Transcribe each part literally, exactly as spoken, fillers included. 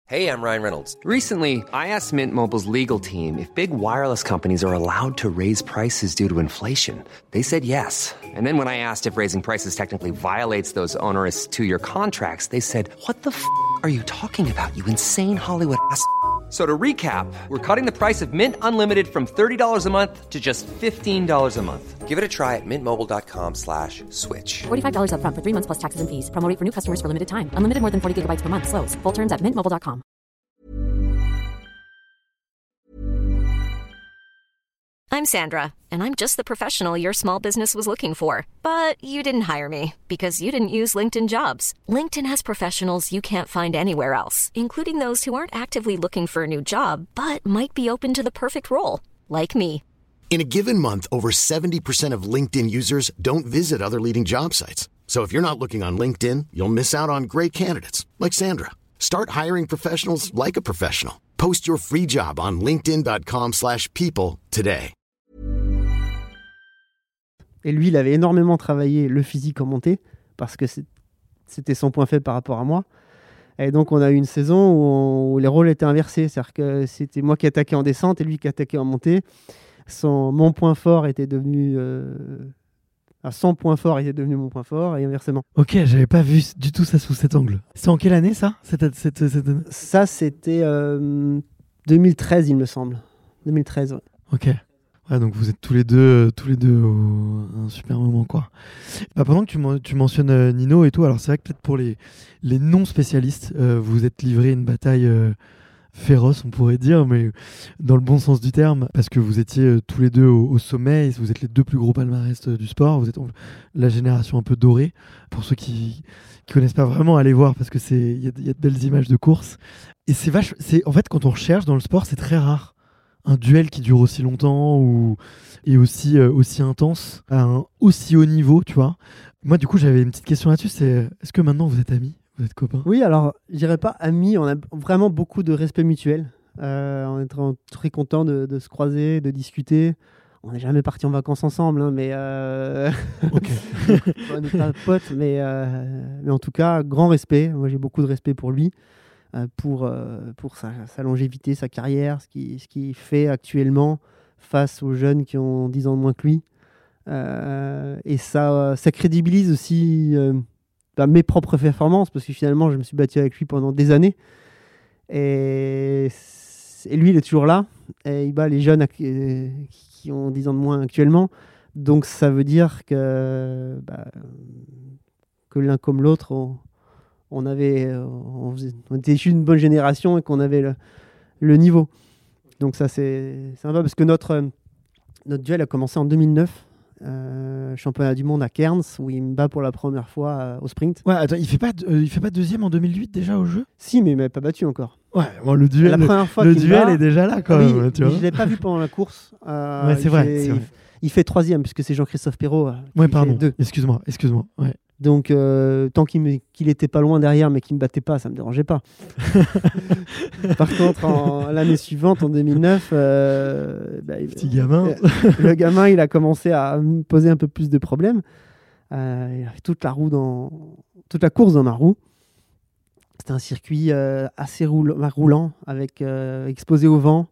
Hey, I'm Ryan Reynolds. Recently, I asked Mint Mobile's legal team if big wireless companies are allowed to raise prices due to inflation. They said yes. And then when I asked if raising prices technically violates those onerous two-year contracts, they said, what the f*** are you talking about, you insane Hollywood ass f- So to recap, we're cutting the price of Mint Unlimited from thirty dollars a month to just fifteen dollars a month. Give it a try at mintmobile.com slash switch. forty-five dollars up front for three months plus taxes and fees. Promo rate for new customers for limited time. Unlimited more than forty gigabytes per month. Slows full terms at mint mobile dot com. I'm Sandra, and I'm just the professional your small business was looking for. But you didn't hire me because you didn't use LinkedIn Jobs. LinkedIn has professionals you can't find anywhere else, including those who aren't actively looking for a new job, but might be open to the perfect role, like me. In a given month, over seventy percent of LinkedIn users don't visit other leading job sites. So if you're not looking on LinkedIn, you'll miss out on great candidates, like Sandra. Start hiring professionals like a professional. Post your free job on linkedin.com slash people today. Et lui, il avait énormément travaillé le physique en montée parce que c'est, c'était son point faible par rapport à moi. Et donc, on a eu une saison où, on, où les rôles étaient inversés. C'est-à-dire que c'était moi qui attaquais en descente et lui qui attaquait en montée. Son, mon point fort était devenu... Euh, son point fort était devenu mon point fort et inversement. Ok, j'avais pas vu du tout ça sous cet angle. C'est en quelle année ça cette, cette, cette... Ça, c'était euh, deux mille treize, il me semble. deux mille treize, ouais. Ok. Ouais, donc vous êtes tous les deux, tous les deux au un super moment, quoi. Bah, pendant que tu, men- tu mentionnes euh, Nino et tout, alors c'est vrai que peut-être pour les, les non-spécialistes, euh, vous êtes livré une bataille euh, féroce, on pourrait dire, mais dans le bon sens du terme, parce que vous étiez euh, tous les deux au, au sommet, et vous êtes les deux plus gros palmarès euh, du sport, vous êtes en- la génération un peu dorée. Pour ceux qui ne connaissent pas vraiment, allez voir, parce que c'est il y, a- y a de belles images de course. Et c'est vache, c'est, en fait, quand on recherche dans le sport, c'est très rare un duel qui dure aussi longtemps ou et aussi euh, aussi intense à un aussi haut niveau, tu vois. Moi, du coup, j'avais une petite question là-dessus, c'est est-ce que maintenant vous êtes amis, vous êtes copains? Oui, alors, je dirais pas amis, on a vraiment beaucoup de respect mutuel. Euh, on est très, très content de, de se croiser, de discuter. On n'est jamais partis en vacances ensemble, hein, mais euh... Ok. on n'est pas potes, mais, euh... mais en tout cas, grand respect. Moi, j'ai beaucoup de respect pour lui. Pour, euh, pour sa, sa longévité, sa carrière, ce qu'il ce qu'il fait actuellement face aux jeunes qui ont dix ans de moins que lui. Euh, et ça, ça crédibilise aussi euh, bah, mes propres performances, parce que finalement, je me suis battu avec lui pendant des années. Et, et lui, il est toujours là. Et il bat les jeunes ac- qui ont dix ans de moins actuellement. Donc, ça veut dire que, bah, que l'un comme l'autre... On, on avait on, faisait, on était issus d'une bonne génération et qu'on avait le, le niveau. Donc ça, c'est, c'est sympa parce que notre, notre duel a commencé en deux mille neuf, euh, championnat du monde à Cairns, où il me bat pour la première fois euh, au sprint. Ouais, attends, il fait pas euh, il fait pas deuxième en deux mille huit déjà au jeu? Si, mais il m'avait pas battu encore. Ouais, bon, le duel, la première fois le qu'il duel bat, est déjà là quand oui, même. Tu mais vois, je l'ai pas vu pendant la course. Euh, ouais, c'est il vrai, fait, c'est vrai. Il, il fait troisième puisque c'est Jean-Christophe Perrault. Euh, qui Ouais, fait pardon. deux. Excuse-moi, excuse-moi. Ouais. Donc, euh, tant qu'il, me, qu'il était pas loin derrière, mais qu'il me battait pas, ça me dérangeait pas. Par contre, en, l'année suivante, en deux mille neuf, euh, bah, Petit gamin. Euh, le gamin, il a commencé à me poser un peu plus de problèmes. Euh, il a fait toute la roue dans, toute la course dans ma roue. C'était un circuit euh, assez roule, roulant, avec euh, exposé au vent,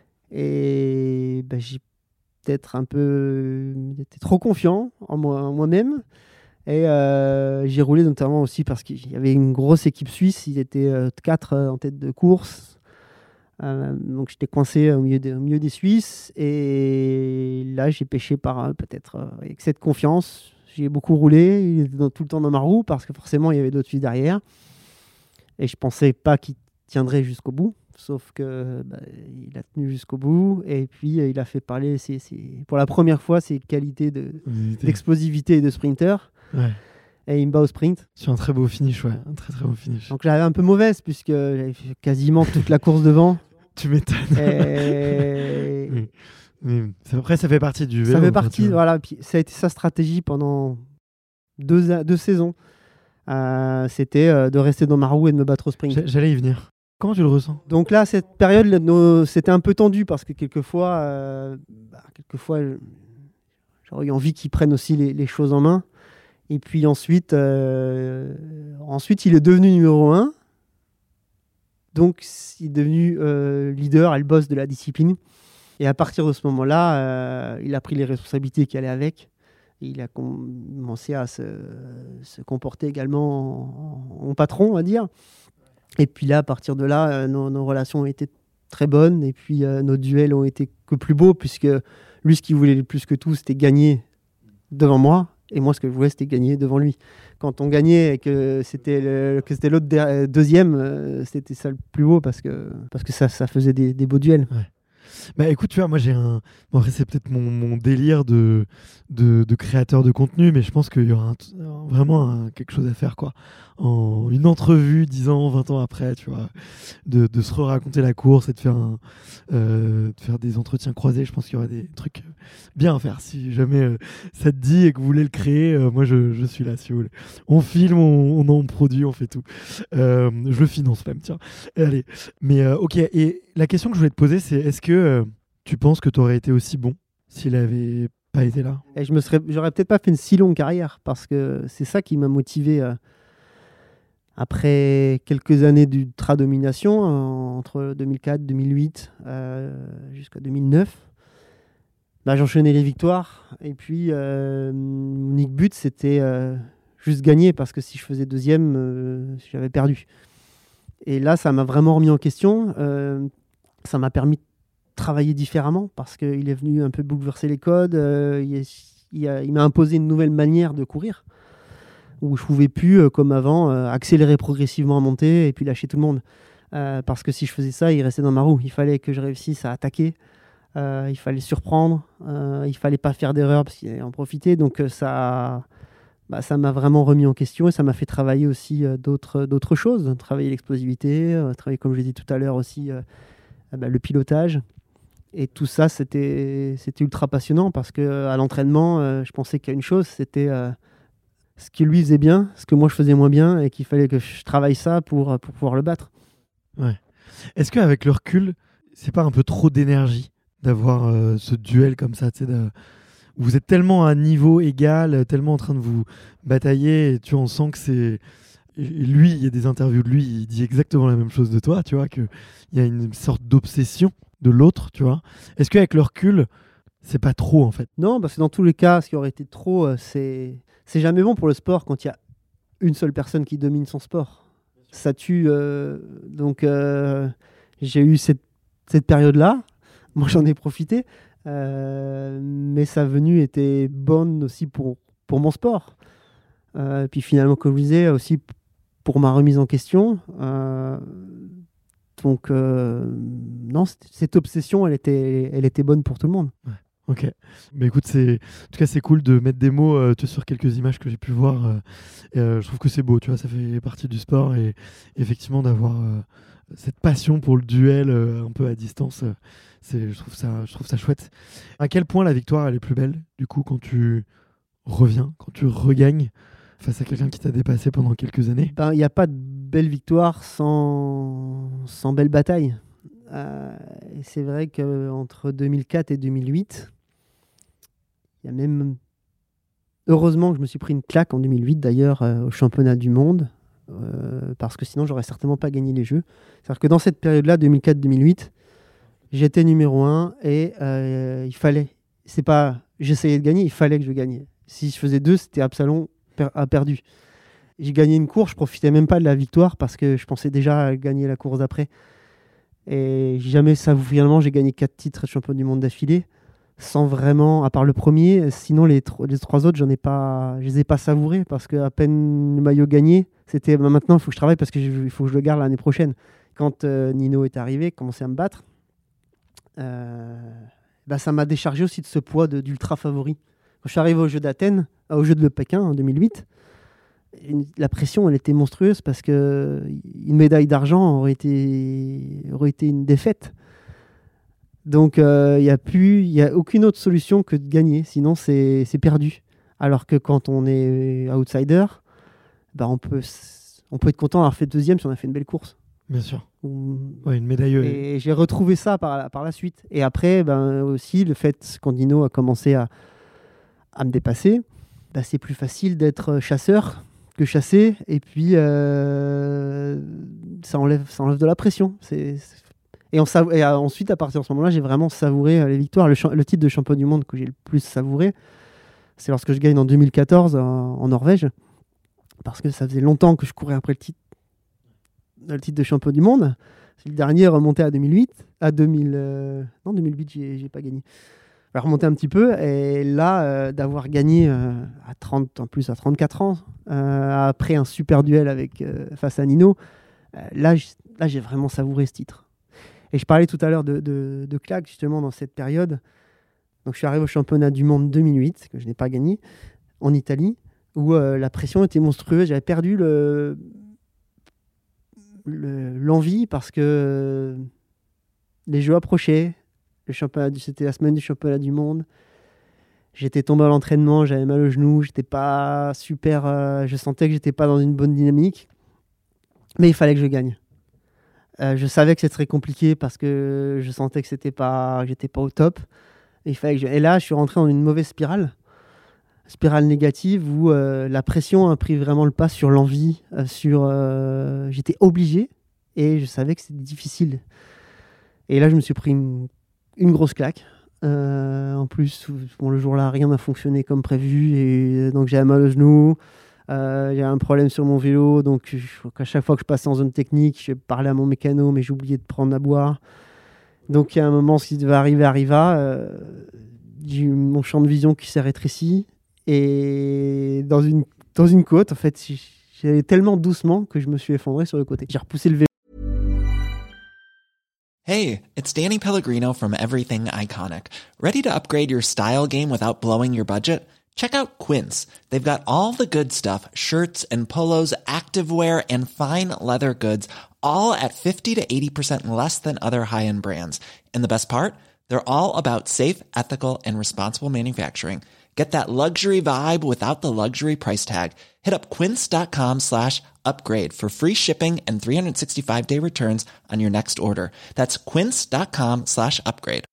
et bah, j'ai peut-être un peu été trop confiant en, moi, en moi-même. Et euh, j'ai roulé notamment aussi parce qu'il y avait une grosse équipe suisse. Ils étaient euh, quatre euh, en tête de course. Euh, donc j'étais coincé au milieu, de, au milieu des Suisses. Et là, j'ai pêché par euh, peut-être euh, excès de confiance. J'ai beaucoup roulé. Il était dans, tout le temps dans ma roue parce que forcément, il y avait d'autres Suisses derrière. Et je pensais pas qu'il tiendrait jusqu'au bout. Sauf que bah, il a tenu jusqu'au bout. Et puis, euh, il a fait parler ses, ses, pour la première fois ses qualités de, d'explosivité et de sprinter. Ouais. Et il me bat au sprint. Sur un très beau finish, ouais. Un très très beau finish. Donc j'avais un peu mauvaise puisque j'avais fait quasiment toute la course devant. Tu m'étonnes. Et... oui. Oui. Après, ça fait partie du vélo. Ça fait partie, voilà. Puis ça a été sa stratégie pendant deux, deux saisons. Euh, c'était euh, de rester dans ma roue et de me battre au sprint. J'allais y venir. Comment tu le ressens? Donc là, cette période, nos, c'était un peu tendu parce que quelquefois, euh, bah, quelquefois j'aurais eu envie qu'ils prennent aussi les, les choses en main. Et puis ensuite, euh, ensuite, il est devenu numéro un. Donc, il est devenu euh, leader, le boss de la discipline. Et à partir de ce moment-là, euh, il a pris les responsabilités qui allaient avec. Et il a commencé à se, se comporter également en, en patron, on va dire. Et puis là, à partir de là, euh, nos, nos relations ont été très bonnes. Et puis, euh, nos duels ont été que plus beaux, puisque lui, ce qu'il voulait le plus que tout, c'était gagner devant moi. Et moi, ce que je voulais, c'était gagner devant lui. Quand on gagnait et que c'était, le, que c'était l'autre de, deuxième, euh, c'était ça le plus beau parce que, parce que ça, ça faisait des, des beaux duels. Ouais. Bah écoute, tu vois, moi j'ai un. Bon, après, c'est peut-être mon, mon délire de, de, de créateur de contenu, mais je pense qu'il y aura un, un, vraiment un, quelque chose à faire, quoi. En une entrevue, dix ans, vingt ans après, tu vois, de, de se raconter la course et de faire, un, euh, de faire des entretiens croisés. Je pense qu'il y aura des trucs bien à faire. Si jamais euh, ça te dit et que vous voulez le créer, euh, moi je, je suis là, si vous voulez. On filme, on, on en produit, on fait tout. Euh, je le finance même, tiens. Allez. Mais euh, ok, et la question que je voulais te poser, c'est est-ce que euh, tu penses que tu aurais été aussi bon s'il avait pas été là? Et je me serais, j'aurais peut-être pas fait une si longue carrière parce que c'est ça qui m'a motivé. Euh, après quelques années d'ultra-domination, euh, entre deux mille quatre, deux mille huit euh, jusqu'à deux mille neuf, bah, j'enchaînais les victoires. Et puis, euh, mon unique but, c'était euh, juste gagner parce que si je faisais deuxième, euh, j'avais perdu. Et là, ça m'a vraiment remis en question. Euh, ça m'a permis de travailler différemment parce qu'il est venu un peu bouleverser les codes. Euh, il, est, il, a, il m'a imposé une nouvelle manière de courir où je ne pouvais plus, euh, comme avant, euh, accélérer progressivement à monter et puis lâcher tout le monde. Euh, parce que si je faisais ça, il restait dans ma roue. Il fallait que je réussisse à attaquer. Euh, il fallait surprendre. Euh, il ne fallait pas faire d'erreur parce qu'il allait en profiter. Donc euh, ça... Bah, ça m'a vraiment remis en question et ça m'a fait travailler aussi euh, d'autres, d'autres choses. Travailler l'explosivité, euh, travailler, comme je l'ai dit tout à l'heure, aussi euh, bah, le pilotage. Et tout ça, c'était, c'était ultra passionnant parce qu'à l'entraînement, euh, je pensais qu'il y a une chose, c'était euh, ce qu'il lui faisait bien, ce que moi je faisais moins bien et qu'il fallait que je travaille ça pour, pour pouvoir le battre. Ouais. Est-ce qu'avec le recul, c'est pas un peu trop d'énergie d'avoir euh, ce duel comme ça, tu sais, de... vous êtes tellement à un niveau égal, tellement en train de vous batailler, et tu vois, on sent que c'est... Lui, il y a des interviews de lui, il dit exactement la même chose de toi, tu vois, qu'il y a une sorte d'obsession de l'autre, tu vois. Est-ce qu'avec le recul, c'est pas trop, en fait? Non, parce que dans tous les cas, ce qui aurait été trop, euh, c'est... c'est jamais bon pour le sport quand il y a une seule personne qui domine son sport. Ça tue. Euh... Donc, euh... j'ai eu cette, cette période-là. Moi, j'en ai profité. Euh, mais sa venue était bonne aussi pour, pour mon sport. Euh, puis finalement, comme je vous disais, aussi pour ma remise en question. Euh, donc, euh, non, cette obsession, elle était, elle était bonne pour tout le monde. Ouais. Ok. Mais écoute, c'est... en tout cas, c'est cool de mettre des mots euh, tu vois, sur quelques images que j'ai pu voir. Euh, et, euh, je trouve que c'est beau, tu vois, ça fait partie du sport. Et effectivement, d'avoir euh, cette passion pour le duel euh, un peu à distance, euh, c'est, je, trouve ça, je trouve ça chouette. À quel point la victoire, elle est plus belle, du coup, quand tu reviens, quand tu regagnes face à quelqu'un qui t'a dépassé pendant quelques années? Ben, il n'y a pas de belle victoire sans, sans belle bataille. Euh, et c'est vrai qu'entre deux mille quatre et deux mille huit, il y a même... Heureusement que je me suis pris une claque en deux mille huit, d'ailleurs, euh, au championnat du monde, euh, parce que sinon, j'aurais certainement pas gagné les Jeux. C'est-à-dire que dans cette période-là, deux mille quatre deux mille huit, j'étais numéro un et euh, il fallait... C'est pas... J'essayais de gagner, il fallait que je gagne. Si je faisais deux, c'était Absalon per- a perdu. J'ai gagné une course, je profitais même pas de la victoire parce que je pensais déjà à gagner la course d'après. Et jamais ça, finalement, j'ai gagné quatre titres de champion du monde d'affilée, sans vraiment, à part le premier. Sinon, les, tro- les trois autres, j'en ai pas, je les ai pas savourés parce qu'à peine le maillot gagné, c'était bah, maintenant, il faut que je travaille parce qu'il faut que je le garde l'année prochaine. Quand euh, Nino est arrivé, commençait à me battre, euh, bah, ça m'a déchargé aussi de ce poids de, d'ultra favori. Quand je suis arrivé aux Jeux d'Athènes, aux Jeux de Pékin en deux mille huit, une, la pression, elle était monstrueuse parce qu'une médaille d'argent aurait été, aurait été une défaite. Donc, il euh, n'y a plus, il n'y a aucune autre solution que de gagner, sinon c'est, c'est perdu. Alors que quand on est outsider, bah on, peut, on peut être content d'avoir fait deuxième si on a fait une belle course. Bien sûr. Ou... Ouais, une médaille. Et j'ai retrouvé ça par la, par la suite. Et après, ben, aussi, le fait quand Nino a commencé à, à me dépasser, ben, c'est plus facile d'être chasseur que chasser. Et puis, euh, ça, enlève, ça enlève de la pression. C'est, c'est... Et, on savoure... et ensuite, à partir de ce moment-là, j'ai vraiment savouré les victoires. Le, cha- le titre de champion du monde que j'ai le plus savouré, c'est lorsque je gagne en deux mille quatorze en, en Norvège. Parce que ça faisait longtemps que je courais après le titre, le titre de champion du monde. Le dernier remonté à deux mille huit. À deux mille... Euh... Non, deux mille huit, j'ai, j'ai pas gagné. Je vais remonter un petit peu. Et là, euh, d'avoir gagné euh, à trente, en plus à trente-quatre ans, euh, après un super duel avec, euh, face à Nino, euh, là, j- là, j'ai vraiment savouré ce titre. Et je parlais tout à l'heure de, de, de claques, justement, dans cette période. Donc, je suis arrivé au championnat du monde deux mille huit, que je n'ai pas gagné, en Italie, où euh, la pression était monstrueuse. J'avais perdu le, le, l'envie parce que euh, les jeux approchaient. Le championnat du, c'était la semaine du championnat du monde. J'étais tombé à l'entraînement, j'avais mal au genou, j'étais pas super. Euh, je sentais que j'étais pas dans une bonne dynamique. Mais il fallait que je gagne. Euh, je savais que c'était très compliqué parce que je sentais que c'était pas, j'étais pas au top. Et, il fallait que je... et là, je suis rentré dans une mauvaise spirale, spirale négative où euh, la pression a pris vraiment le pas sur l'envie. Euh, sur, euh... J'étais obligé et je savais que c'était difficile. Et là, je me suis pris une, une grosse claque. Euh, en plus, bon, le jour-là, rien n'a fonctionné comme prévu et donc j'avais mal au genou. Euh, il y a un problème sur mon vélo, donc je, à chaque fois que je passais en zone technique, je parlais à mon mécano, mais j'oubliais de prendre à boire. Donc il y a un moment, ce qui devait arriver arriva. Euh, j'ai eu mon champ de vision qui s'est rétréci et dans une, dans une côte, en fait, j'allais tellement doucement que je me suis effondré sur le côté. J'ai repoussé le vélo. Hey, it's Danny Pellegrino from Everything Iconic. Ready to upgrade your style game without blowing your budget? Check out Quince. They've got all the good stuff, shirts and polos, activewear, and fine leather goods, all at fifty to eighty percent less than other high-end brands. And the best part? They're all about safe, ethical, and responsible manufacturing. Get that luxury vibe without the luxury price tag. Hit up quince.com slash upgrade for free shipping and three sixty-five day returns on your next order. That's quince.com slash upgrade.